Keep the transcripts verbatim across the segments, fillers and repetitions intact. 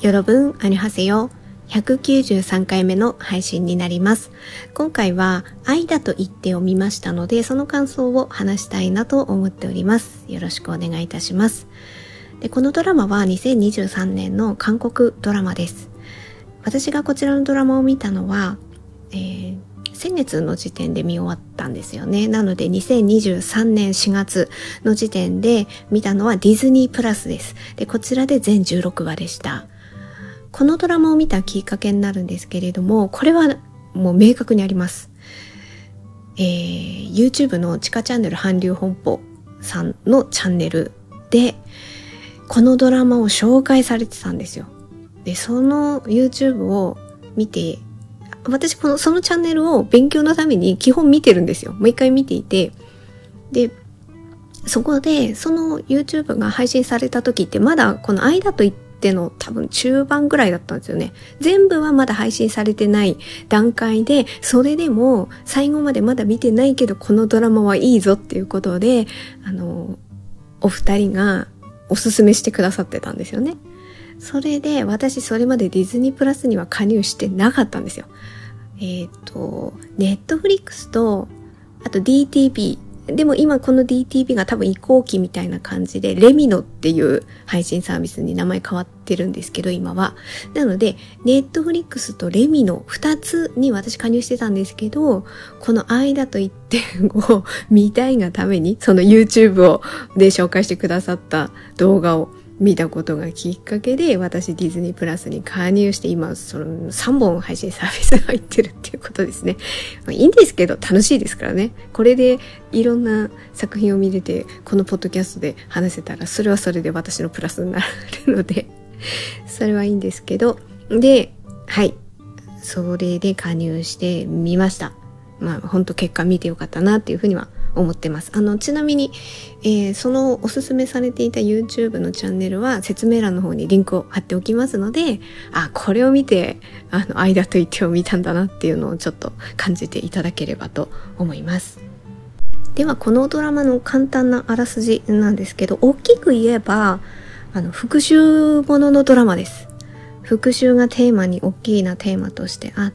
여러분 안녕하세요。ひゃくきゅうじゅうさんかいめの配信になります。今回は愛だと言ってを見ましたので、その感想を話したいなと思っております。よろしくお願いいたします。で、このドラマはにせんにじゅうさんねんの韓国ドラマです。私がこちらのドラマを見たのは、えー、先月の時点で見終わったんですよね。なのでにせんにじゅうさんねんしがつの時点で見たのはディズニープラスです。で、こちらで全じゅうろくわでした。このドラマを見たきっかけになるんですけれども、これはもう明確にあります。えー、YouTube の地下チャンネル韓流本舗さんのチャンネルでこのドラマを紹介されてたんですよ。で、その YouTube を見て、私このそのチャンネルを勉強のために基本見てるんですよ。もう一回見ていて、でそこでその YouTube が配信された時ってまだこの愛だと言ってでの多分中盤ぐらいだったんですよね。全部はまだ配信されてない段階で、それでも最後までまだ見てないけどこのドラマはいいぞっていうことで、あのお二人がおすすめしてくださってたんですよね。それで私それまでディズニープラスには加入してなかったんですよ。えっとネットフリックスとあと ディーティービー、でも今この ディーティービー が多分移行期みたいな感じでレミノっていう配信サービスに名前変わってるんですけど、今はなのでネットフリックスとレミノふたつに私加入してたんですけど、この愛だと言ってを見たいがためにその YouTube をで紹介してくださった動画を見たことがきっかけで、私ディズニープラスに加入して今そのさんぼん配信サービスが入ってるっていうことですね。まあ、いいんですけど楽しいですからね。これでいろんな作品を見れてこのポッドキャストで話せたらそれはそれで私のプラスになるのでそれはいいんですけど、で、はい、それで加入してみました。まあ本当結果見てよかったなっていうふうには思ってます。あのちなみに、えー、そのおすすめされていた YouTube のチャンネルは説明欄の方にリンクを貼っておきますので、あ、これを見てあの愛だと言ってを見たんだなっていうのをちょっと感じていただければと思います。ではこのドラマの簡単なあらすじなんですけど、大きく言えばあの復讐もののドラマです。復讐がテーマに大きなテーマとしてあって、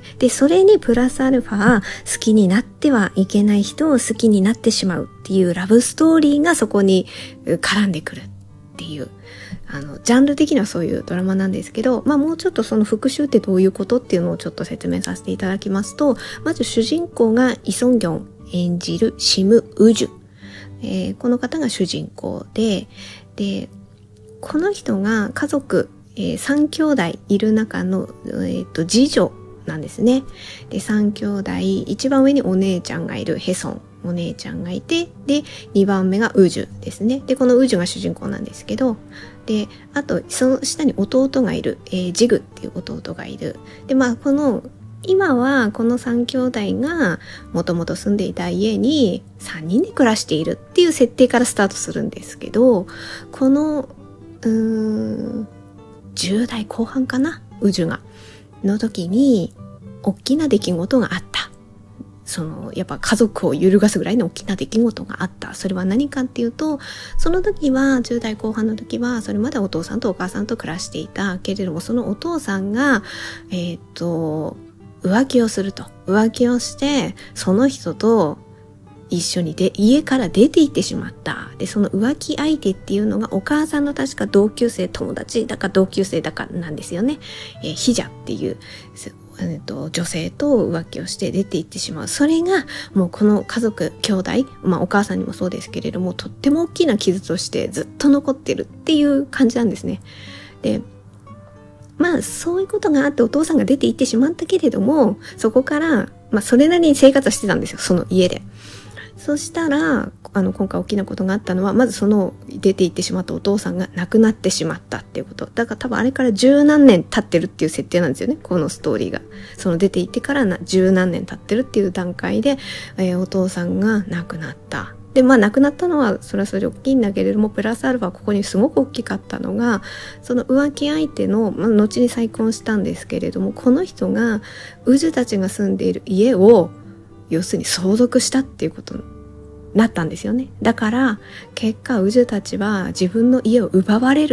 でそれにプラスアルファ好きになってはいけない人を好きになってしまうっていうラブストーリーがそこに絡んでくるっていう、あのジャンル的にはそういうドラマなんですけど、まあもうちょっとその復讐ってどういうことっていうのをちょっと説明させていただきますと、まず主人公がイ・ソンギョン演じるシム・ウジュ、えー、この方が主人公で、でこの人が家族えー、さん兄弟いる中の、えー、と次女なんですね。でさん兄弟、一番上にお姉ちゃんがいるヘソンお姉ちゃんがいて、でにばんめがウジュですね。でこのウジュが主人公なんですけど、であとその下に弟がいる、えー、ジグっていう弟がいる。でまあこの今はこのさん兄弟がもともと住んでいた家にさんにんで暮らしているっていう設定からスタートするんですけど、このうーんじゅうだいこう半かな、ウジュがの時に大きな出来事があった。そのやっぱ家族を揺るがすぐらいの大きな出来事があった。それは何かっていうと、その時はじゅうだいこう半の時はそれまでお父さんとお母さんと暮らしていたけれども、そのお父さんがえっと浮気をすると浮気をしてその人と一緒にで家から出て行ってしまった。でその浮気相手っていうのがお母さんの確か同級生、友達だか同級生だかなんですよね。えー、ヒジャっていう、えー、と女性と浮気をして出て行ってしまう。それがもうこの家族兄弟、まあお母さんにもそうですけれども、とっても大きな傷としてずっと残ってるっていう感じなんですね。でまあそういうことがあってお父さんが出て行ってしまったけれども、そこからまあそれなりに生活はしてたんですよ、その家で。そしたらあの今回大きなことがあったのは、まずその出て行ってしまったお父さんが亡くなってしまったっていうことだから、多分あれから十何年経ってるっていう設定なんですよね、このストーリーが。その出て行ってからな十何年経ってるっていう段階で、えー、お父さんが亡くなった。でまあ亡くなったのはそれはそれで大きいんだけれども、プラスアルファここにすごく大きかったのが、その浮気相手の、まあ、後に再婚したんですけれども、この人がウジュたちが住んでいる家を要するに相続したっていうことになったんですよね。だから結果ウジュたちは自分の家を奪われると。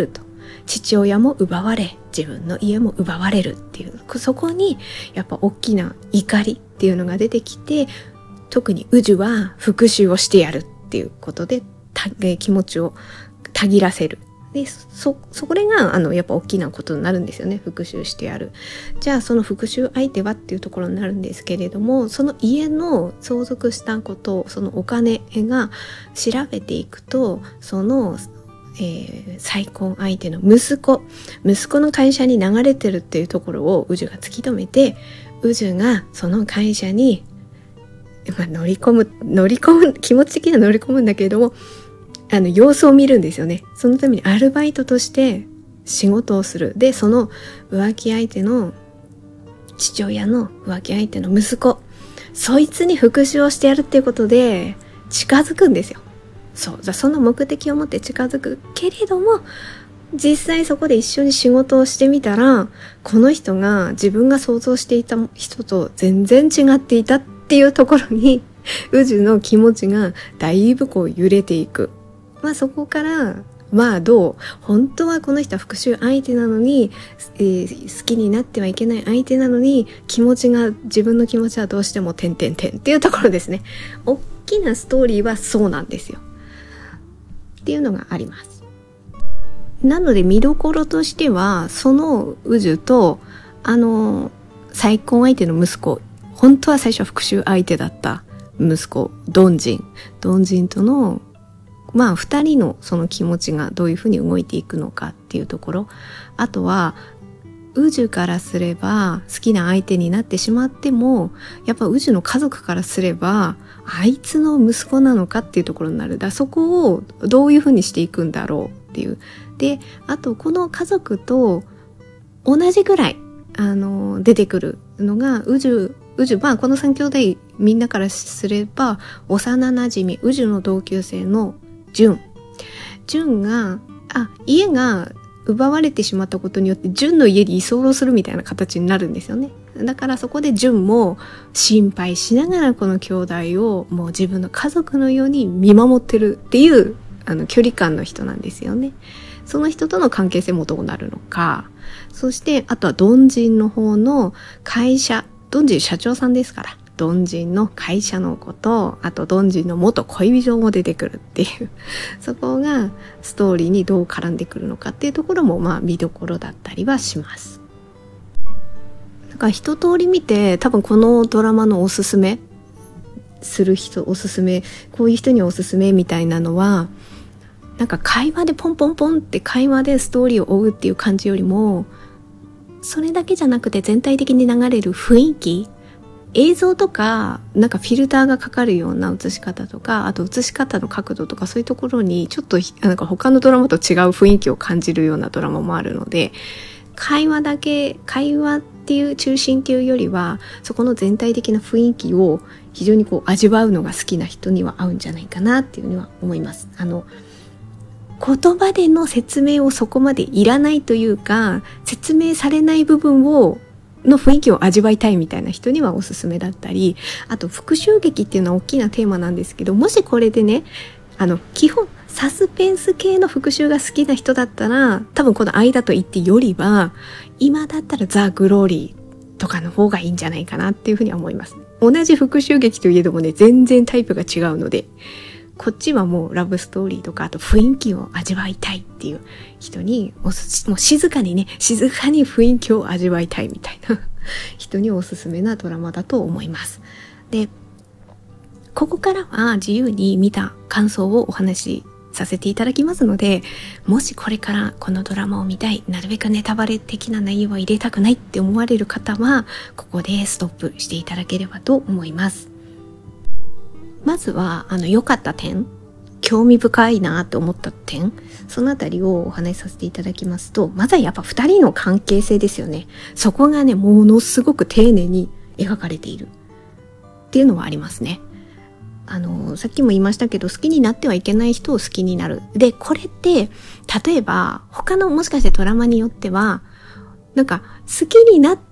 父親も奪われ、自分の家も奪われるっていう、そこにやっぱ大きな怒りっていうのが出てきて、特にウジュは復讐をしてやるっていうことで気持ちをたぎらせる。で、そ、そこが、あの、やっぱ大きなことになるんですよね。復讐してやる。じゃあ、その復讐相手はっていうところになるんですけれども、その家の相続したこと、そのお金が調べていくと、その、えー、再婚相手の息子、息子の会社に流れてるっていうところをウジュが突き止めて、ウジュがその会社に、まあ、乗り込む、乗り込む、気持ち的には乗り込むんだけれども、あの、様子を見るんですよね。そのためにアルバイトとして仕事をする。で、その浮気相手の、父親の浮気相手の息子、そいつに復讐をしてやるっていうことで近づくんですよ。そう。その目的を持って近づくけれども、実際そこで一緒に仕事をしてみたら、この人が自分が想像していた人と全然違っていたっていうところに、ウジュの気持ちがだいぶこう揺れていく。まあそこから、まあどう、本当はこの人は復讐相手なのに、えー、好きになってはいけない相手なのに、気持ちが、自分の気持ちはどうしても点々点っていうところですね。大きなストーリーはそうなんですよ。っていうのがあります。なので見どころとしては、そのウジュと、あの、再婚相手の息子、本当は最初は復讐相手だった息子、ドンジン。ドンジンとの、まあ二人のその気持ちがどういうふうに動いていくのかっていうところ。あとは、ウジュからすれば好きな相手になってしまっても、やっぱウジュの家族からすれば、あいつの息子なのかっていうところになる。だそこをどういうふうにしていくんだろうっていう。で、あとこの家族と同じぐらい、あの、出てくるのが、ウジュ、ウジュ、まあこの三兄弟みんなからすれば、幼馴染、ウジュの同級生のジュン。ジュンが、あ、家が奪われてしまったことによって、ジュンの家に居候するみたいな形になるんですよね。だからそこでジュンも心配しながらこの兄弟をもう自分の家族のように見守ってるっていう、あの、距離感の人なんですよね。その人との関係性もどうなるのか。そして、あとはドンジンの方の会社。ドンジン社長さんですから。ドンジンの会社のこと、あとドンジンの元恋人も出てくるっていう。そこがストーリーにどう絡んでくるのかっていうところも、まあ見どころだったりはします。だから一通り見て、多分このドラマのおすすめする人、おすすめ、こういう人におすすめみたいなのは、なんか会話でポンポンポンって会話でストーリーを追うっていう感じよりも、それだけじゃなくて全体的に流れる雰囲気、映像とか、なんかフィルターがかかるような映し方とか、あと映し方の角度とかそういうところにちょっとなんか他のドラマと違う雰囲気を感じるようなドラマもあるので、会話だけ、会話っていう中心っていうよりは、そこの全体的な雰囲気を非常にこう味わうのが好きな人には合うんじゃないかなっていうふうには思います。あの、言葉での説明をそこまでいらないというか、説明されない部分をの雰囲気を味わいたいみたいな人にはおすすめだったり、あと復讐劇っていうのは大きなテーマなんですけど、もしこれでね、あの基本サスペンス系の復讐が好きな人だったら、多分この間と言ってよりは、今だったらザ・グローリーとかの方がいいんじゃないかなっていうふうには思います。同じ復讐劇といえどもね、全然タイプが違うので、こっちはもうラブストーリーとか、あと雰囲気を味わいたいっていう人におす、もう静かにね、静かに雰囲気を味わいたいみたいな人におすすめなドラマだと思います。で、ここからは自由に見た感想をお話しさせていただきますので、もしこれからこのドラマを見たい、なるべくネタバレ的な内容は入れたくないって思われる方は、ここでストップしていただければと思います。まずは、あの、良かった点、興味深いなと思った点、そのあたりをお話しさせていただきますと、まずはやっぱ二人の関係性ですよね。そこがね、ものすごく丁寧に描かれているっていうのはありますね。あの、さっきも言いましたけど、好きになってはいけない人を好きになる。で、これって、例えば、他のもしかしてドラマによっては、なんか、好きになって、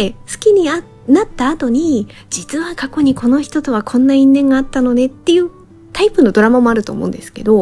好きになった後に、実は過去にこの人とはこんな因縁があったのねっていうタイプのドラマもあると思うんですけど、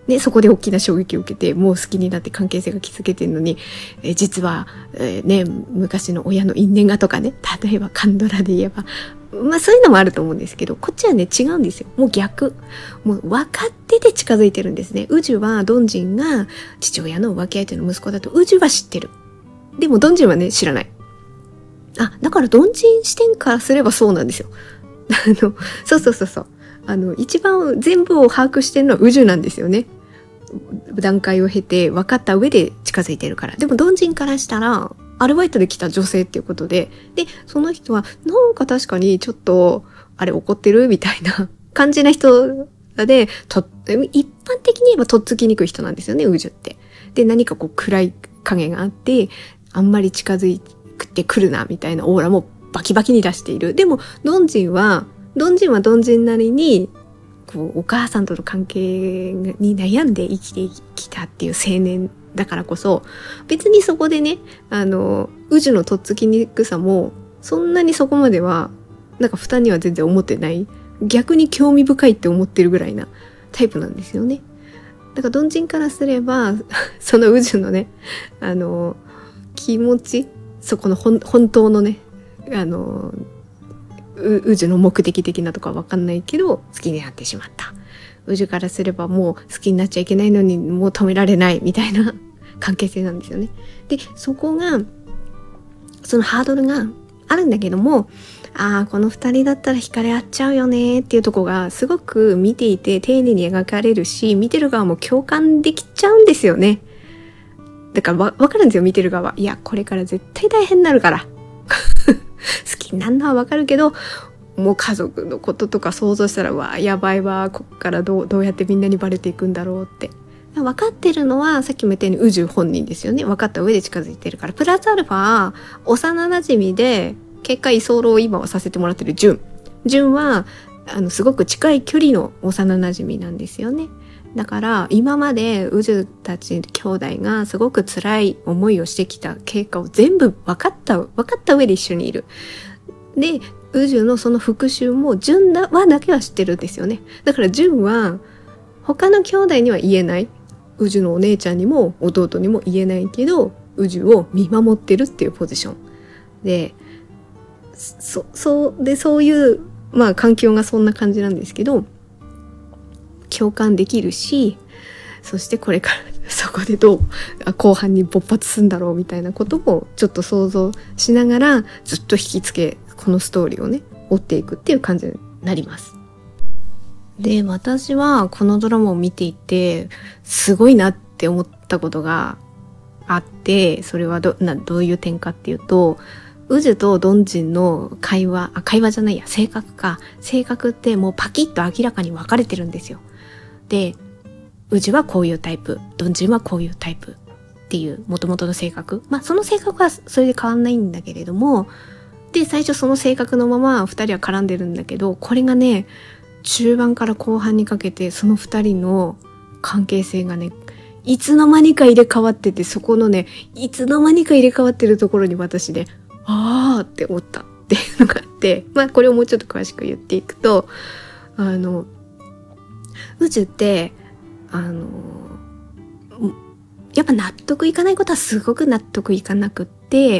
ね、そこで大きな衝撃を受けて、もう好きになって関係性が築けてるのに、えー、実は、えー、ね、昔の親の因縁がとかね、例えばカンドラで言えば、まあそういうのもあると思うんですけど、こっちはね、違うんですよ。もう逆。もう分かってて近づいてるんですね。宇治はドンジンが父親の浮気相手の息子だと宇治は知ってる。でもドンジンはね、知らない。あ、だからドンジン視点からすればそうなんですよ。あの、そうそうそうそう。あの、一番全部を把握してるのは宇治なんですよね。段階を経て分かった上で近づいてるから。でも、ドンジンからしたら、アルバイトで来た女性っていうことで、で、その人は、なんか確かにちょっと、あれ怒ってるみたいな感じな人で、と、一般的に言えばとっつきにくい人なんですよね、宇治って。で、何かこう暗い影があって、あんまり近づいてくるな、みたいなオーラもバキバキに出している。でも、ドンジンは、ドンジンはドンジンなりに、こう、お母さんとの関係に悩んで生きてきたっていう青年だからこそ、別にそこでね、あの、宇治のとっつきにくさも、そんなにそこまでは、なんか負担には全然思ってない。逆に興味深いって思ってるぐらいなタイプなんですよね。だから、ドンジンからすれば、その宇治のね、あの、気持ち、そこの本当のね、あの、宇治の目的的なとかわかんないけど、好きになってしまった。宇治からすればもう好きになっちゃいけないのにもう止められないみたいな関係性なんですよね。で、そこが、そのハードルがあるんだけども、ああ、この二人だったら惹かれ合っちゃうよねっていうとこがすごく見ていて丁寧に描かれるし、見てる側も共感できちゃうんですよね。だからわ、わかるんですよ、見てる側は。いや、これから絶対大変になるから。好きになるのはわかるけど、もう家族のこととか想像したら、わ、やばいわ、こっからどう、どうやってみんなにバレていくんだろうって。分かってるのは、さっきも言ったように宇治本人ですよね。分かった上で近づいてるから。プラスアルファ、幼馴染で、結果居候を今はさせてもらってる純。純は、あの、すごく近い距離の幼馴染なんですよね。だから、今まで宇治たち兄弟がすごく辛い思いをしてきた経過を全部分かった、分かった上で一緒にいる。で、宇治のその復讐も純はだけは知ってるんですよね。だから純は、他の兄弟には言えない。宇治のお姉ちゃんにも弟にも言えないけど、宇治を見守ってるっていうポジション。で、そ、そう、で、そういう、まあ環境がそんな感じなんですけど、共感できるし、そしてこれからそこでどう後半に勃発するんだろうみたいなこともちょっと想像しながらずっと引きつけ、このストーリーをね、追っていくっていう感じになります。で、私はこのドラマを見ていて、すごいなって思ったことがあって、それはど、な、どういう点かっていうと、宇治とドンジンの会話、あ、会話じゃないや、性格か。性格ってもうパキッと明らかに分かれてるんですよ。で、宇治はこういうタイプ、ドンジンはこういうタイプっていう元々の性格。まあその性格はそれで変わんないんだけれども、で、最初その性格のまま二人は絡んでるんだけど、これがね、中盤から後半にかけてその二人の関係性がね、いつの間にか入れ替わってて、そこのね、いつの間にか入れ替わってるところに私で、あーって思ったっていうのがあって、まあこれをもうちょっと詳しく言っていくと、あの、宇治って、あの、やっぱ納得いかないことはすごく納得いかなくって、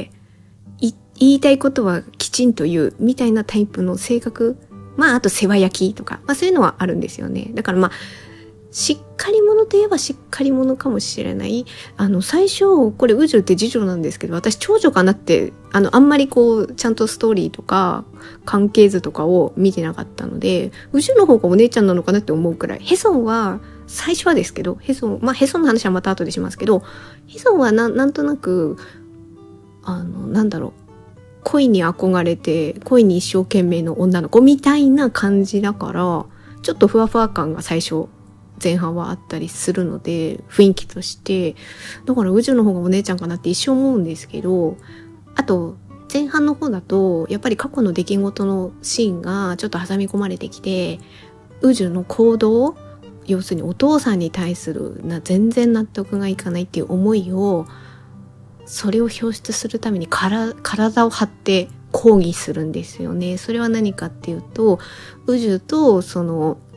い言いたいことはきちんと言うみたいなタイプの性格、まああと世話焼きとか、まあそういうのはあるんですよね。だからまあ、しっかり者といえばしっかり者かもしれない。あの、最初、これ宇治って次女なんですけど、私長女かなって、あの、あんまりこう、ちゃんとストーリーとか、関係図とかを見てなかったので、宇治の方がお姉ちゃんなのかなって思うくらい。ヘソンは、最初はですけど、ヘソン、まあヘソンの話はまた後でしますけど、ヘソンはな、なんとなく、あの、なんだろう、恋に憧れて、恋に一生懸命の女の子みたいな感じだから、ちょっとふわふわ感が最初、前半はあったりするので、雰囲気として、だから宇治の方がお姉ちゃんかなって一生思うんですけど、あと、前半の方だと、やっぱり過去の出来事のシーンがちょっと挟み込まれてきて、宇治の行動、要するにお父さんに対するな全然納得がいかないっていう思いを、それを表出するためにから体を張って抗議するんですよね。それは何かっていうと、宇治とその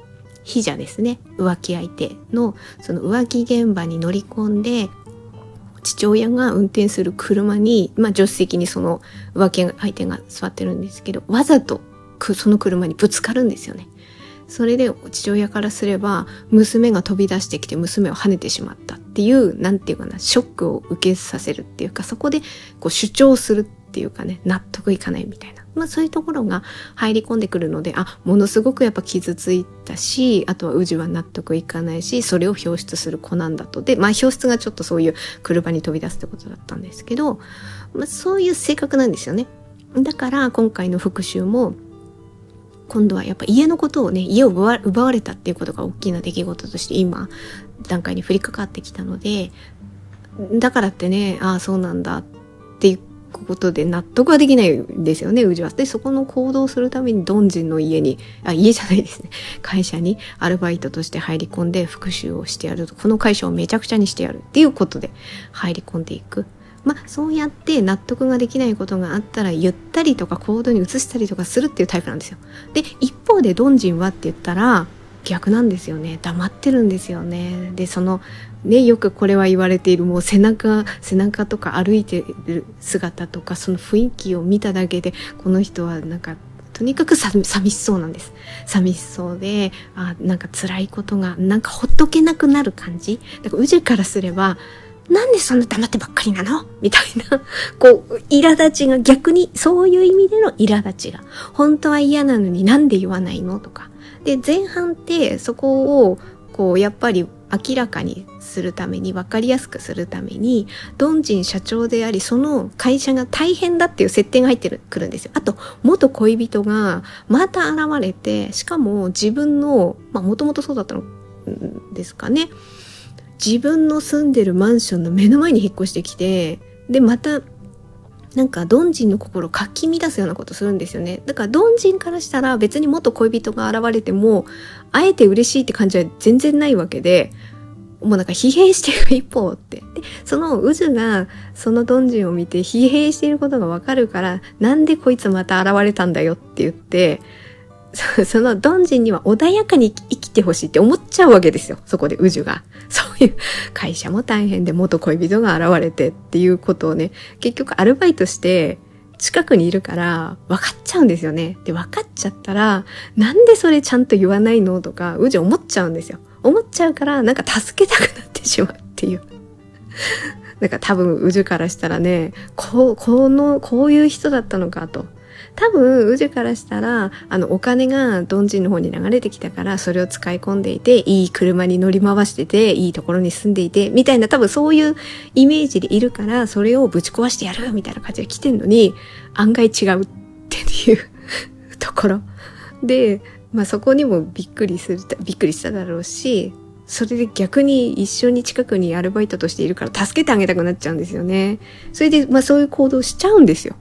被者ですね、浮気相手のその浮気現場に乗り込んで、父親が運転する車に、まあ助手席にその浮気相手が座ってるんですけど、わざとその車にぶつかるんですよね。それで父親からすれば、娘が飛び出してきて娘を跳ねてしまったっていう、なんていうかな、ショックを受けさせるっていうか、そこでこう主張するっていうかね、納得いかないみたいな。まあそういうところが入り込んでくるので、あ、ものすごくやっぱ傷ついたし、あとは氏は納得いかないし、それを表出する子なんだと。で、まあ表出がちょっとそういう車に飛び出すってことだったんですけど、まあそういう性格なんですよね。だから今回の復讐も、今度はやっぱ家のことをね、家を奪わ、奪われたっていうことが大きな出来事として今段階に降りかかってきたので、だからってね、ああそうなんだっていうことで納得はできないんですよね、氏は。で、そこの行動するためにドンジンの家に、あ、家じゃないですね、会社にアルバイトとして入り込んで復讐をしてやると、この会社をめちゃくちゃにしてやるっていうことで入り込んでいく。まあそうやって納得ができないことがあったら言ったりとか行動に移したりとかするっていうタイプなんですよ。で、一方でドンジンはって言ったら逆なんですよね。黙ってるんですよね。で、そのね、よくこれは言われている、もう背中背中とか歩いてる姿とかその雰囲気を見ただけで、この人はなんかとにかくさ寂しそうなんです。寂しそうで、あ、なんか辛いことがなんかほっとけなくなる感じ。だから氏からすれば、なんでそんな黙ってばっかりなのみたいな、こう、苛立ちが、逆にそういう意味での苛立ちが、本当は嫌なのになんで言わないのとか。で、前半ってそこを、こう、やっぱり明らかにするために、わかりやすくするために、ドンジン社長であり、その会社が大変だっていう設定が入ってくるんですよ。あと、元恋人がまた現れて、しかも自分の、まあ、もともとそうだったのですかね。自分の住んでるマンションの目の前に引っ越してきて、で、また、なんか、ドンジンの心をかき乱すようなことするんですよね。だから、ドンジンからしたら別に元恋人が現れても、あえて嬉しいって感じは全然ないわけで、もうなんか疲弊していく一方って。で、その渦が、そのドンジンを見て疲弊していることがわかるから、なんでこいつまた現れたんだよって言って、そのドンジンには穏やかに生きてほしいって思っちゃうわけですよ。そこでウジュが。そういう会社も大変で元恋人が現れてっていうことをね、結局アルバイトして近くにいるから分かっちゃうんですよね。で、分かっちゃったら、なんでそれちゃんと言わないのとか、ウジュ思っちゃうんですよ。思っちゃうから、なんか助けたくなってしまうっていう。なんか多分ウジュからしたらね、こう、この、こういう人だったのかと。多分、ウジュからしたら、あの、お金がドンジンの方に流れてきたから、それを使い込んでいて、いい車に乗り回してて、いいところに住んでいて、みたいな、多分そういうイメージでいるから、それをぶち壊してやるみたいな感じで来てんのに、案外違うっていうところ。で、まあそこにもびっくりする、びっくりしただろうし、それで逆に一緒に近くにアルバイトとしているから助けてあげたくなっちゃうんですよね。それで、まあそういう行動しちゃうんですよ。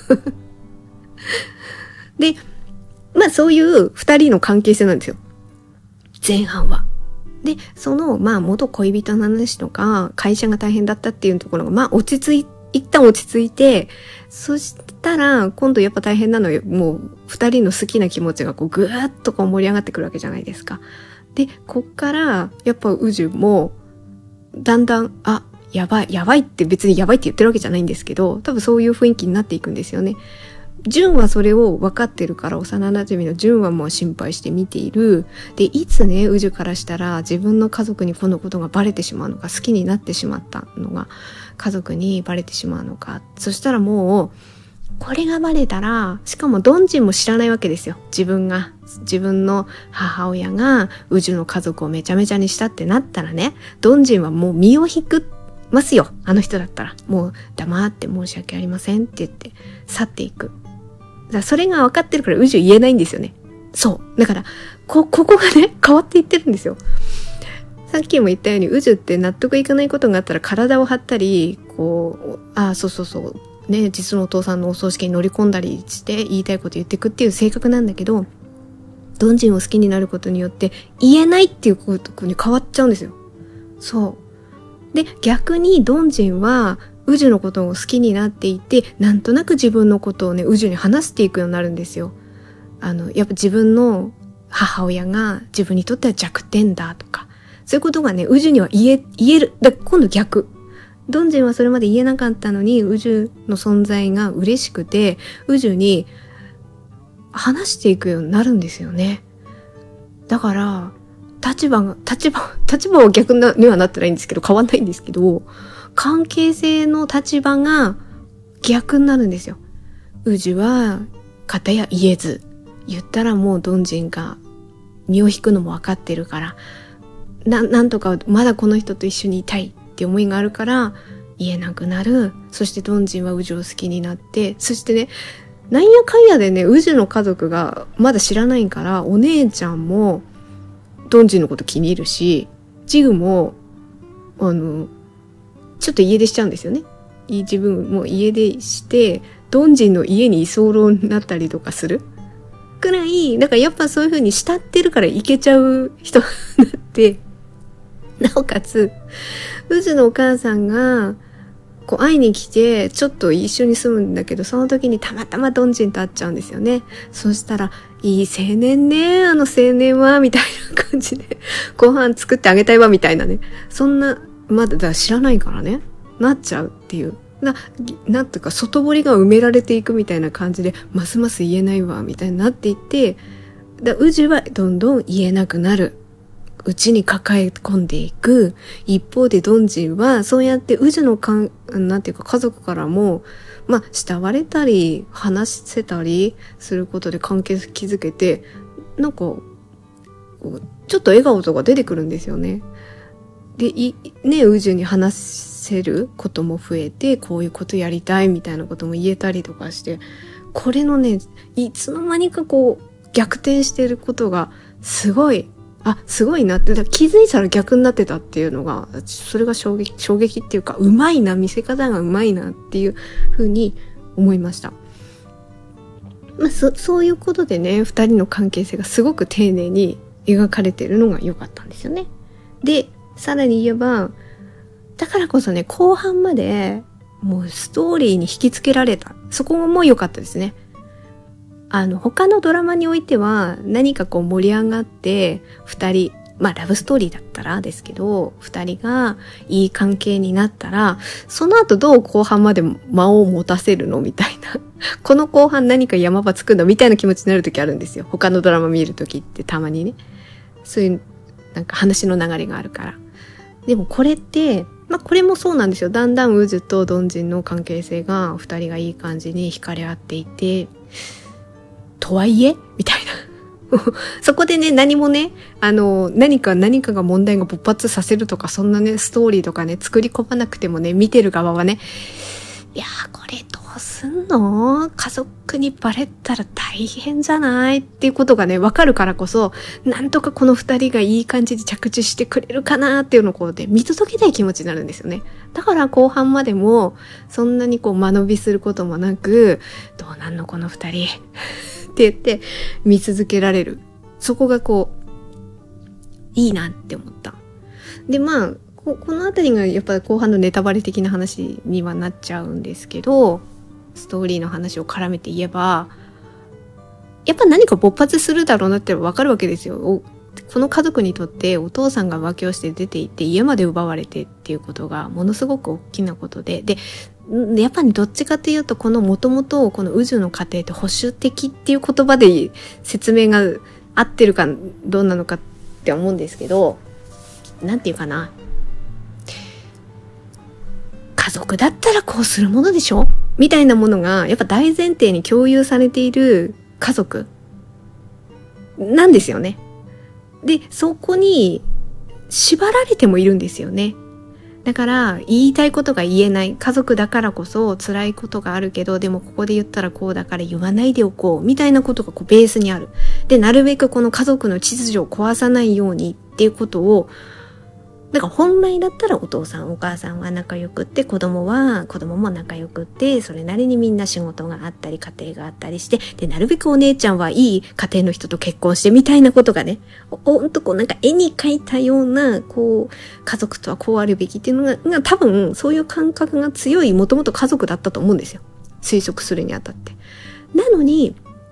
で、まあそういう二人の関係性なんですよ。前半は。で、その、まあ元恋人の話とか、会社が大変だったっていうところが、まあ落ち着い、一旦落ち着いて、そしたら、今度やっぱ大変なのよ。もう二人の好きな気持ちがこうぐーっとこう盛り上がってくるわけじゃないですか。で、こっから、やっぱウジュも、だんだん、あ、やばい、やばいって別にやばいって言ってるわけじゃないんですけど、多分そういう雰囲気になっていくんですよね。ジュンはそれを分かってるから、幼馴染のジュンはもう心配して見ている。で、いつね、ウジュからしたら自分の家族にこのことがバレてしまうのか、好きになってしまったのが家族にバレてしまうのか。そしたらもう、これがバレたら、しかもドンジンも知らないわけですよ。自分が、自分の母親がウジュの家族をめちゃめちゃにしたってなったらね、ドンジンはもう身を引くますよ。あの人だったら。もう黙って申し訳ありませんって言って去っていく。だからそれが分かってるからウジュ言えないんですよね。そう。だから、こ、ここがね、変わっていってるんですよ。さっきも言ったように、ウジュって納得いかないことがあったら体を張ったり、こう、ああ、そうそうそう、ね、実のお父さんのお葬式に乗り込んだりして言いたいこと言ってくっていう性格なんだけど、ドンジンを好きになることによって言えないっていうことに変わっちゃうんですよ。そう。で、逆にドンジンは、ウジュのことを好きになっていて、なんとなく自分のことをね、ウジュに話していくようになるんですよ。あの、やっぱ自分の、 母親が自分にとっては弱点だとか、そういうことがね、宇宙には言え、言える。だから今度逆。ドンジンはそれまで言えなかったのに、宇宙の存在が嬉しくて、宇宙に話していくようになるんですよね。だから、立場が、立場、立場は逆にはなってないんですけど、変わんないんですけど、関係性の立場が逆になるんですよ。宇宙は、片や言えず、言ったらもうドンジンが身を引くのも分かってるから、な、なんとかまだこの人と一緒にいたいって思いがあるから言えなくなる。そしてドンジンは宇治を好きになって、そしてね、なんやかんやでね、宇治の家族がまだ知らないから、お姉ちゃんもドンジンのこと気に入るし、ジグもあのちょっと家出しちゃうんですよね。自分も家出してドンジンの家に居候になったりとかするくらい、だからやっぱそういう風に慕ってるからいけちゃう人になって、なおかつ宇治のお母さんがこう会いに来てちょっと一緒に住むんだけど、その時にたまたまドンジンと会っちゃうんですよね。そしたら、いい青年ね、あの青年はみたいな感じでご飯作ってあげたいわみたいなね、そんなまだだ知らないからね、なっちゃうっていうな、なんとか外堀が埋められていくみたいな感じで、ますます言えないわみたいになっていって、だ宇治はどんどん言えなくなる、うちに抱え込んでいく。一方でドンジンはそうやって宇治のかんなんていうか家族からもまあ慕われたり話せたりすることで関係築けて、なんかちょっと笑顔とか出てくるんですよね。でいね宇治に話せることも増えて、こういうことやりたいみたいなことも言えたりとかして、これのねいつの間にかこう逆転してることがすごい、あ、すごいなって、だ気づいたら逆になってたっていうのが、それが衝撃、衝撃っていうか、うまいな、見せ方がうまいなっていう風に思いました。まあ、そ、そういうことでね、二人の関係性がすごく丁寧に描かれてるのが良かったんですよね。で、さらに言えば、だからこそね、後半まで、もうストーリーに引きつけられた。そこも良かったですね。あの他のドラマにおいては何かこう盛り上がって二人、まあラブストーリーだったらですけど、二人がいい関係になったら、その後どう後半まで間を持たせるのみたいなこの後半何か山場つくのみたいな気持ちになる時あるんですよ。他のドラマ見る時ってたまにね、そういうなんか話の流れがあるから。でもこれってまあこれもそうなんですよ。だんだんウズとドンジンの関係性が二人がいい感じに惹かれ合っていて、とはいえみたいなそこでね、何もね、あの何か何かが問題が勃発させるとか、そんなねストーリーとかね作り込まなくてもね、見てる側はね、いやーこれどうすんの、家族にバレたら大変じゃないっていうことがね分かるからこそ、なんとかこの二人がいい感じで着地してくれるかなっていうのをこうで見届けたい気持ちになるんですよね。だから後半までもそんなにこう間延びすることもなく、どうなんのこの二人って言って見続けられる。そこがこういいなって思った。でまあ こ, このあたりがやっぱり後半のネタバレ的な話にはなっちゃうんですけど、ストーリーの話を絡めて言えば、やっぱ何か勃発するだろうなってわかるわけですよ。おこの家族にとってお父さんが浮気をして出て行って家まで奪われてっていうことがものすごく大きなことで、でやっぱりどっちかというとこの元々この宇宙の過程って保守的っていう言葉で説明が合ってるかどうなのかって思うんですけど、なんていうかな、家族だったらこうするものでしょみたいなものがやっぱ大前提に共有されている家族なんですよね。でそこに縛られてもいるんですよね。だから言いたいことが言えない、家族だからこそ辛いことがあるけど、でもここで言ったらこうだから言わないでおこうみたいなことがこうベースにある。でなるべくこの家族の秩序を壊さないようにっていうことを、だから本来だったらお父さんお母さんは仲良くって、子供は子供も仲良くって、それなりにみんな仕事があったり家庭があったりして、でなるべくお姉ちゃんはいい家庭の人と結婚してみたいなことがね、ほんとこうなんか絵に描いたようなこう家族とはこうあるべきっていうのが、が多分そういう感覚が強いもともと家族だったと思うんですよ、推測するにあたって。なのに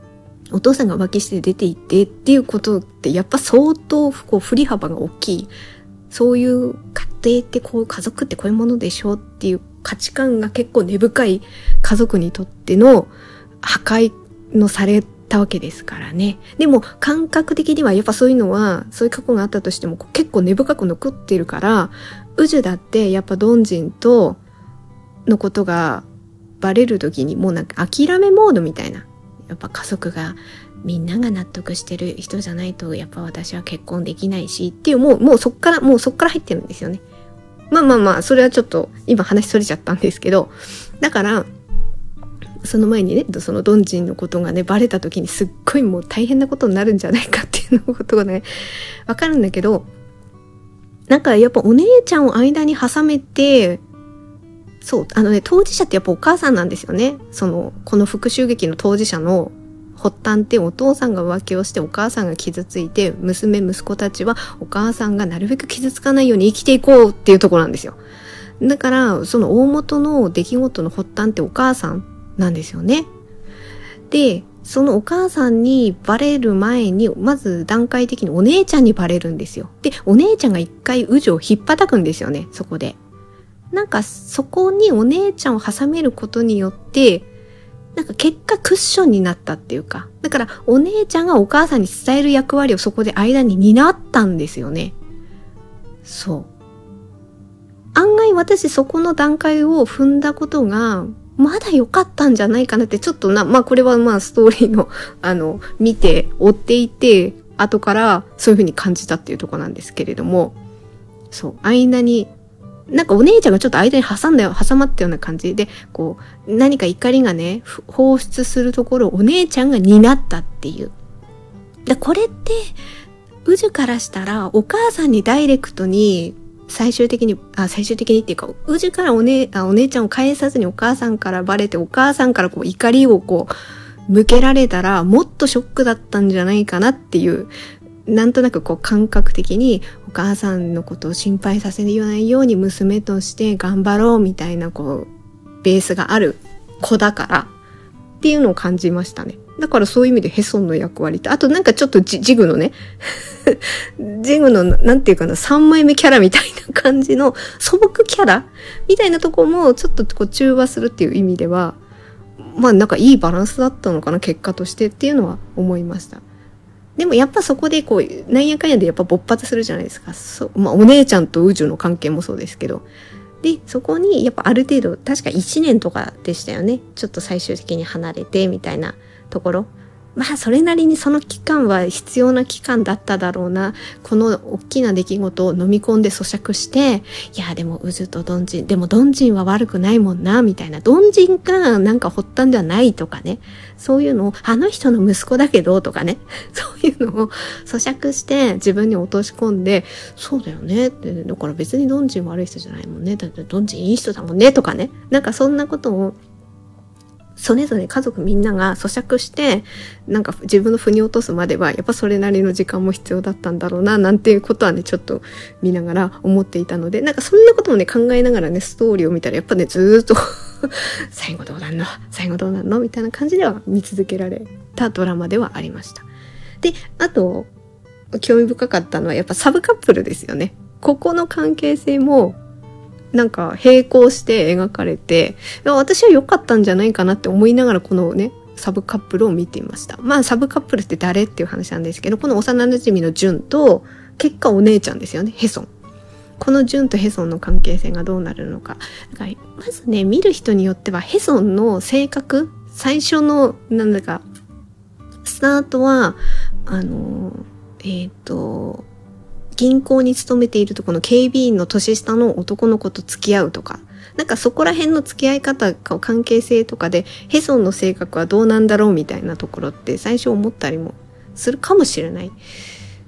お父さんが浮気して出て行ってっていうことってやっぱ相当こう振り幅が大きい。そういう家庭ってこう家族ってこういうものでしょっていう価値観が結構根深い家族にとっての破壊のされたわけですからね。でも感覚的にはやっぱそういうのはそういう過去があったとしても結構根深く残っているから、ウジュだってやっぱドンジンとのことがバレる時にもうなんか諦めモードみたいな、やっぱ家族がみんなが納得してる人じゃないとやっぱ私は結婚できないしっていう、もうもうそっからもうそっから入ってるんですよね。まあまあまあそれはちょっと今話それちゃったんですけど、だからその前にね、そのドンジンのことがねバレた時にすっごいもう大変なことになるんじゃないかっていうのことがねわかるんだけど、なんかやっぱお姉ちゃんを間に挟めて、そうあのね当事者ってやっぱお母さんなんですよね。そのこの復讐劇の当事者の発端ってお父さんが浮気をしてお母さんが傷ついて、娘息子たちはお母さんがなるべく傷つかないように生きていこうっていうところなんですよ。だからその大元の出来事の発端ってお母さんなんですよね。でそのお母さんにバレる前にまず段階的にお姉ちゃんにバレるんですよ。でお姉ちゃんが一回ウジュを引っ叩くんですよね。そこでなんかそこにお姉ちゃんを挟めることによってなんか結果クッションになったっていうか、だからお姉ちゃんがお母さんに伝える役割をそこで間に担ったんですよね。そう案外私そこの段階を踏んだことがまだ良かったんじゃないかなってちょっとな、まあこれはまあストーリーのあの見て追っていて後からそういう風に感じたっていうところなんですけれども、そう間になんかお姉ちゃんがちょっと間に挟んだよ、挟まったような感じで、こう、何か怒りがね、放出するところをお姉ちゃんが担ったっていう。で、これって、ウジュからしたら、お母さんにダイレクトに、最終的に、あ、最終的にっていうか、ウジュからお姉、あ、お姉ちゃんを返さずにお母さんからバレて、お母さんからこう怒りをこう、向けられたら、もっとショックだったんじゃないかなっていう、なんとなくこう感覚的にお母さんのことを心配させないように娘として頑張ろうみたいなこうベースがある子だからっていうのを感じましたね。だからそういう意味でヘソンの役割と、あとなんかちょっとジジグのねジグのなんていうかなさんまいめキャラみたいな感じの素朴キャラみたいなとこもちょっとこう中和するっていう意味ではまあなんかいいバランスだったのかな結果としてっていうのは思いました。でもやっぱそこでこうなんやかんやでやっぱ勃発するじゃないですか。そうまあお姉ちゃんとウジュの関係もそうですけど、でそこにやっぱある程度確かいちねんとかでしたよね。ちょっと最終的に離れてみたいなところ、まあそれなりにその期間は必要な期間だっただろうな。この大きな出来事を飲み込んで咀嚼して、いやでもウジュとドンジン、でもドンジンは悪くないもんなみたいな、ドンジンがなんか発端ではないとかね、そういうのをあの人の息子だけどとかね、そういうのを咀嚼して自分に落とし込んで、そうだよねって、だから別にドンジン悪い人じゃないもんね、だってドンジンいい人だもんねとかね、なんかそんなことをそれぞれ家族みんなが咀嚼してなんか自分の腑に落とすまではやっぱそれなりの時間も必要だったんだろうななんていうことはねちょっと見ながら思っていたので、なんかそんなこともね考えながらねストーリーを見たらやっぱねずーっと最後どうなんの最後どうなんのみたいな感じでは見続けられたドラマではありました。であと興味深かったのはやっぱサブカップルですよね。ここの関係性もなんか並行して描かれて、私は良かったんじゃないかなって思いながらこのねサブカップルを見ていました。まあサブカップルって誰っていう話なんですけど、この幼馴染のジュンと結果お姉ちゃんですよね、ヘソン。このジュンとヘソンの関係性がどうなるのか。だからまずね見る人によってはヘソンの性格、最初のなんだかスタートはあのえっと銀行に勤めているとこの警備員の年下の男の子と付き合うとか、なんかそこら辺の付き合い方か関係性とかでヘソンの性格はどうなんだろうみたいなところって最初思ったりもするかもしれない。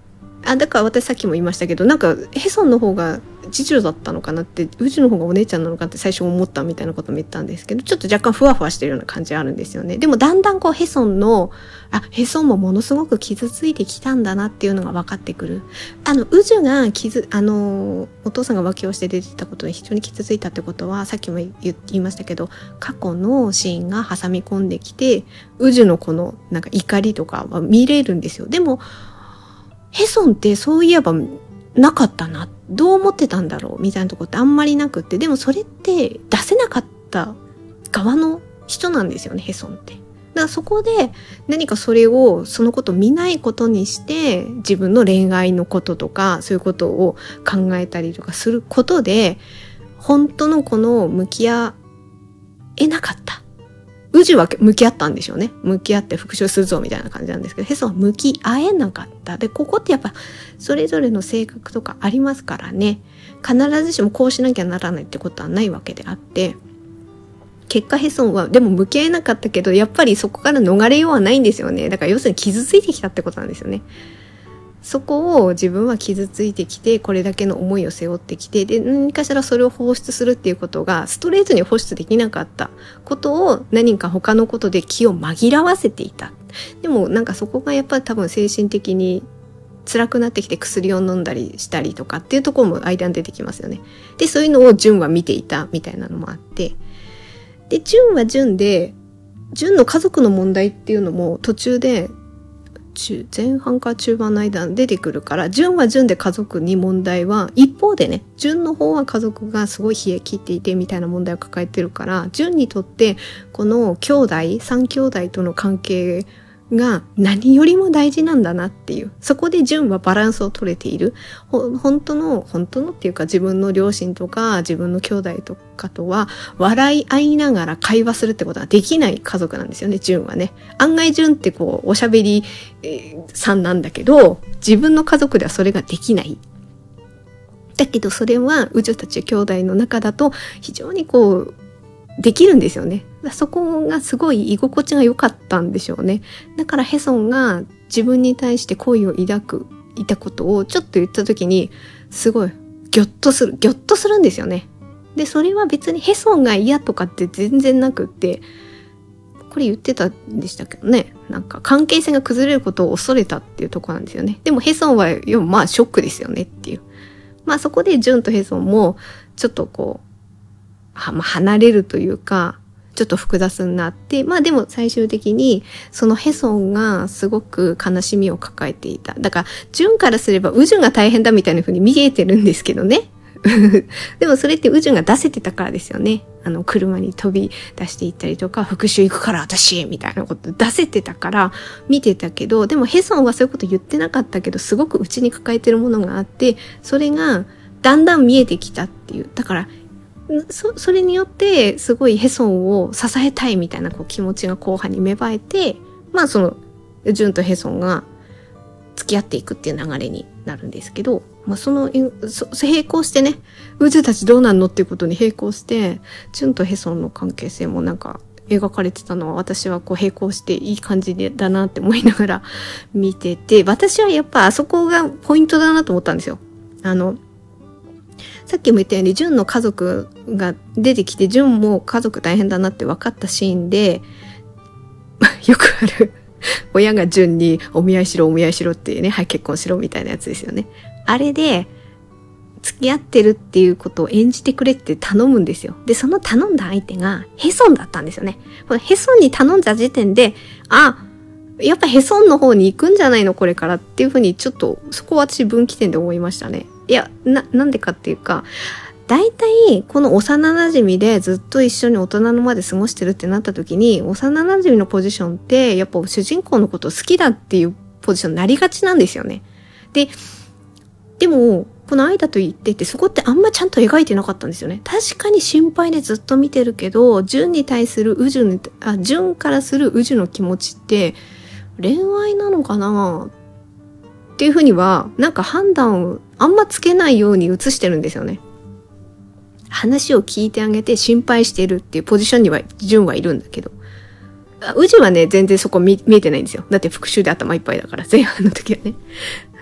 あ、だから私さっきも言いましたけど、なんかヘソンの方が次女だったのかなって、ウジュの方がお姉ちゃんなのかって最初思ったみたいなことも言ったんですけど、ちょっと若干ふわふわしてるような感じあるんですよね。でもだんだんこうヘソンの、あ、ヘソンもものすごく傷ついてきたんだなっていうのが分かってくる。あの、ウジュが傷、あの、お父さんが浮気をして出てたことに非常に傷ついたってことは、さっきも言いましたけど、過去のシーンが挟み込んできて、ウジュのこのなんか怒りとかは見れるんですよ。でも、ヘソンってそういえばなかったな。どう思ってたんだろうみたいなところってあんまりなくって。でもそれって出せなかった側の人なんですよね、ヘソンって。だからそこで何かそれを、そのことを見ないことにして、自分の恋愛のこととか、そういうことを考えたりとかすることで、本当のこの向き合えなかった。ウジは向き合ったんでしょうね。向き合って復讐するぞみたいな感じなんですけど、ヘソンは向き合えなかった。で、ここってやっぱそれぞれの性格とかありますからね。必ずしもこうしなきゃならないってことはないわけであって、結果ヘソンはでも向き合えなかったけど、やっぱりそこから逃れようはないんですよね。だから要するに傷ついてきたってことなんですよね。そこを自分は傷ついてきて、これだけの思いを背負ってきて、で、何かしらそれを放出するっていうことが、ストレートに放出できなかったことを、何か他のことで気を紛らわせていた。でもなんかそこがやっぱり多分精神的に辛くなってきて薬を飲んだりしたりとかっていうところも間に出てきますよね。で、そういうのをジュンは見ていたみたいなのもあって。で、ジュンはジュンで、ジュンの家族の問題っていうのも途中で、中前半から中盤の間出てくるから、純は純で家族に問題は、一方でね、純の方は家族がすごい冷え切っていてみたいな問題を抱えてるから、純にとってこの兄弟三兄弟との関係が何よりも大事なんだなっていう、そこで純はバランスを取れている。ほ本当の本当のっていうか、自分の両親とか自分の兄弟とかとは笑い合いながら会話するってことができない家族なんですよね、純はね。案外純ってこうおしゃべり、えー、さんなんだけど、自分の家族ではそれができない。だけどそれは宇宙たち兄弟の中だと非常にこうできるんですよね。そこがすごい居心地が良かったんでしょうね。だからヘソンが自分に対して好意を抱くいたことをちょっと言った時にすごいギョッとするギョッとするんですよね。でそれは別にヘソンが嫌とかって全然なくって、これ言ってたんでしたけどね、なんか関係性が崩れることを恐れたっていうところなんですよね。でもヘソンはまあショックですよねっていう、まあそこでジュンとヘソンもちょっとこうはまあ、離れるというか、ちょっと複雑になって、まあでも最終的に、そのヘソンがすごく悲しみを抱えていた。だから、ジュンからすればウジュンが大変だみたいな風に見えてるんですけどね。でもそれってウジュンが出せてたからですよね。あの、車に飛び出していったりとか、復讐行くから私みたいなこと出せてたから見てたけど、でもヘソンはそういうこと言ってなかったけど、すごく内に抱えてるものがあって、それがだんだん見えてきたっていう。だから、そ, それによってすごいヘソンを支えたいみたいなこう気持ちが後半に芽生えて、まあそのジュンとヘソンが付き合っていくっていう流れになるんですけど、まあそのそ並行してね、宇宙たちどうなんのっていうことに並行してジュンとヘソンの関係性もなんか描かれてたのは、私はこう並行していい感じでだなって思いながら見てて、私はやっぱあそこがポイントだなと思ったんですよ。あのさっきも言ったように、ジュンの家族が出てきて、ジュンも家族大変だなって分かったシーンで、よくある、親がジュンにお見合いしろ、お見合いしろっていうね、はい、結婚しろみたいなやつですよね。あれで、付き合ってるっていうことを演じてくれって頼むんですよ。で、その頼んだ相手がヘソンだったんですよね。このヘソンに頼んだ時点で、あ、やっぱヘソンの方に行くんじゃないのこれからっていうふうに、ちょっとそこは私分岐点で思いましたね。いや、な、なんでかっていうか、大体この幼馴染でずっと一緒に大人のまで過ごしてるってなった時に、幼馴染のポジションってやっぱ主人公のことを好きだっていうポジションになりがちなんですよね。で、でもこの愛だと言ってて、そこってあんまちゃんと描いてなかったんですよね。確かに心配でずっと見てるけど、ジュンに対するウジュに、あ、ジュンからするウジュの気持ちって恋愛なのかなっていうふうにはなんか判断をあんまつけないように映してるんですよね。話を聞いてあげて心配してるっていうポジションにはジュンはいるんだけど、ウジはね全然そこ 見, 見えてないんですよ。だって復讐で頭いっぱいだから、前半の時はね。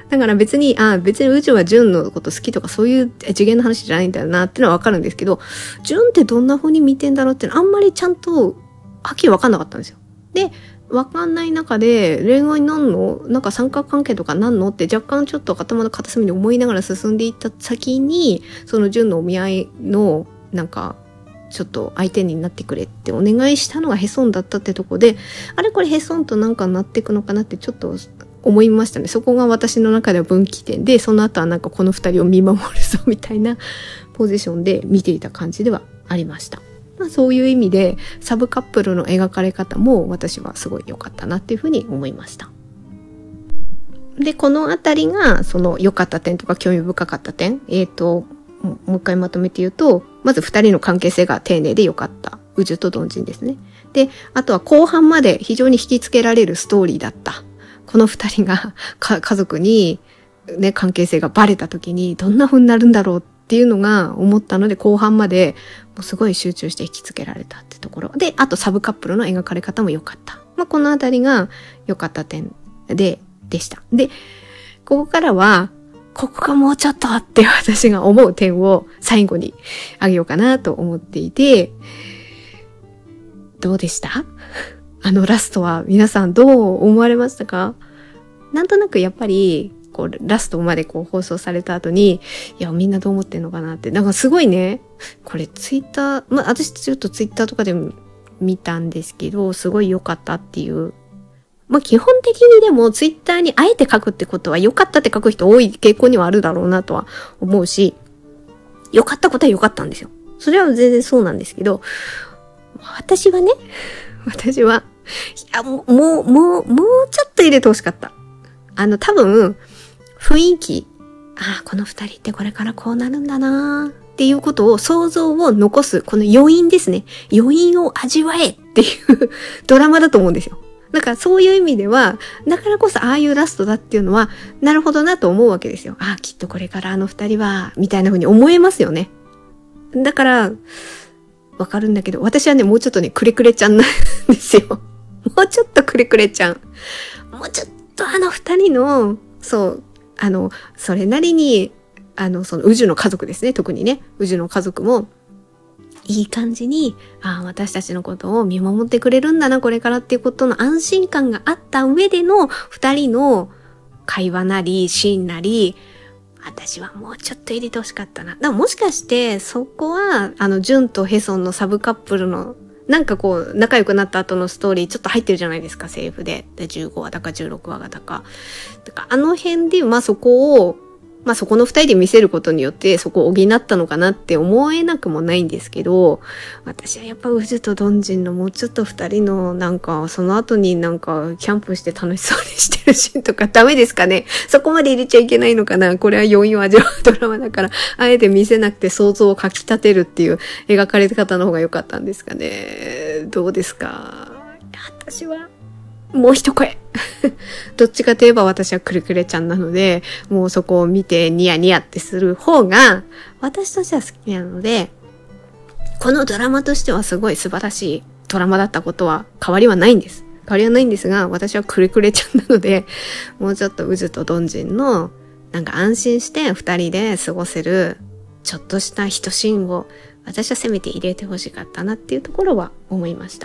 だから別に、あ別に宇宙は純のこと好きとかそういう次元の話じゃないんだよなっていうのはわかるんですけど、純ってどんな風に見てんだろうっていうのはあんまりちゃんとはっきりわかんなかったんですよ。で、わかんない中で恋愛なんのなんか三角関係とかなんのって若干ちょっと頭の片隅に思いながら進んでいった先に、その純のお見合いのなんかちょっと相手になってくれってお願いしたのがヘソンだったってとこで、あれこれヘソンとなんかなっていくのかなってちょっと思いましたね。そこが私の中では分岐点で、その後はなんかこの二人を見守るぞみたいなポジションで見ていた感じではありました。まあ、そういう意味でサブカップルの描かれ方も私はすごい良かったなっていうふうに思いました。で、このあたりがその良かった点とか興味深かった点、えっともう一回まとめて言うと、まず二人の関係性が丁寧で良かった。宇宙とドンジンですね。で、あとは後半まで非常に引きつけられるストーリーだった。この二人が家族にね、関係性がバレた時にどんな風になるんだろうっていうのが思ったので、後半までもうすごい集中して引きつけられたってところ。で、あとサブカップルの描かれ方も良かった。まあ、このあたりが良かった点で、でした。で、ここからは、ここがもうちょっとって私が思う点を最後にあげようかなと思っていて、どうでしたあのラストは皆さんどう思われましたか？なんとなくやっぱり、こう、ラストまでこう放送された後に、いや、みんなどう思ってんのかなって。なんかすごいね、これツイッター、まあ私ちょっとツイッターとかでも見たんですけど、すごい良かったっていう。まあ基本的にでもツイッターにあえて書くってことは良かったって書く人多い傾向にはあるだろうなとは思うし、良かったことは良かったんですよ。それは全然そうなんですけど、私はね、私は、いや、もう、もう、もう、もうちょっと入れてほしかった。あの、多分、雰囲気、ああ、この二人ってこれからこうなるんだなーっていうことを、想像を残す、この余韻ですね。余韻を味わえっていうドラマだと思うんですよ。だからそういう意味では、だからこそああいうラストだっていうのは、なるほどなと思うわけですよ。ああ、きっとこれからあの二人は、みたいな風に思えますよね。だから、わかるんだけど、私はね、もうちょっとね、くれくれちゃんなんですよ。もうちょっとくれくれちゃん。もうちょっとあの二人の、そう、あの、それなりに、あの、その宇宙の家族ですね、特にね、宇宙の家族も、いい感じに、ああ、私たちのことを見守ってくれるんだな、これからっていうことの安心感があった上での二人の会話なり、シーンなり、私はもうちょっと入れてほしかったな。だからもしかして、そこは、あの、ジュンとヘソンのサブカップルの、なんかこう、仲良くなった後のストーリー、ちょっと入ってるじゃないですか、セリフで。で、じゅうごわだかじゅうろくわがだか。だからあの辺で、まあそこを、まあそこの二人で見せることによってそこを補ったのかなって思えなくもないんですけど、私はやっぱウジュとドンジンのもうちょっと二人のなんかその後になんかキャンプして楽しそうにしてるシーンとかダメですかね。そこまで入れちゃいけないのかな。これは余韻を味わうドラマだから、あえて見せなくて想像をかき立てるっていう描かれ方の方が良かったんですかね。どうですか？私はもう一声どっちかといえば私はくるくれちゃんなので、もうそこを見てニヤニヤってする方が私としては好きなので、このドラマとしてはすごい素晴らしいドラマだったことは変わりはないんです。変わりはないんですが、私はくるくれちゃんなので、もうちょっとウジュとドンジンのなんか安心して二人で過ごせるちょっとした一シーンを私はせめて入れてほしかったなっていうところは思いました。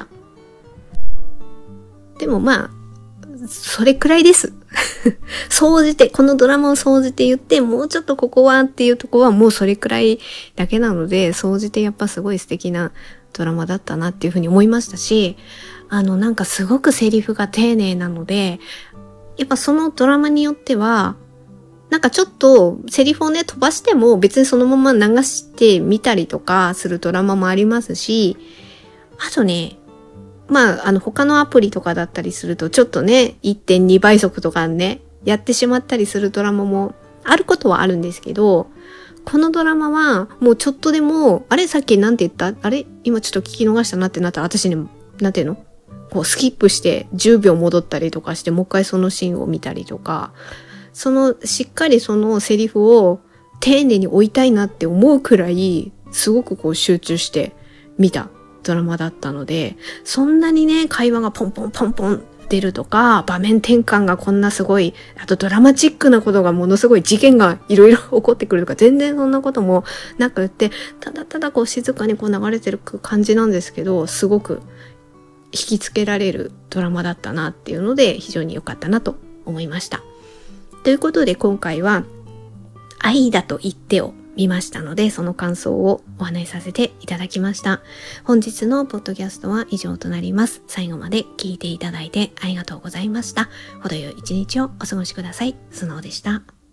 でもまあ、それくらいです。総じて、このドラマを総じて言って、もうちょっとここはっていうところはもうそれくらいだけなので、総じてやっぱすごい素敵なドラマだったなっていうふうに思いましたし、あのなんかすごくセリフが丁寧なので、やっぱそのドラマによっては、なんかちょっとセリフをね飛ばしても別にそのまま流してみたりとかするドラマもありますし、あとね、まあ、あの、他のアプリとかだったりすると、ちょっとね、いってんにばい速とかね、やってしまったりするドラマもあることはあるんですけど、このドラマは、もうちょっとでも、あれさっきなんて言ったあれ今ちょっと聞き逃したなってなったら、私ね、なんていうのこう、スキップしてじゅうびょう戻ったりとかして、もう一回そのシーンを見たりとか、その、しっかりそのセリフを丁寧に置いたいなって思うくらい、すごくこう集中して見たドラマだったので、そんなにね、会話がポンポンポンポンってるとか、場面転換がこんなすごい、あとドラマチックなことがものすごい事件がいろいろ起こってくるとか、全然そんなこともなくって、ただただこう静かにこう流れてる感じなんですけど、すごく引きつけられるドラマだったなっていうので、非常に良かったなと思いました。ということで今回は愛だと言ってを見ましたので、その感想をお話しさせていただきました。本日のポッドキャストは以上となります。最後まで聞いていただいてありがとうございました。程よい一日をお過ごしください。スノーでした。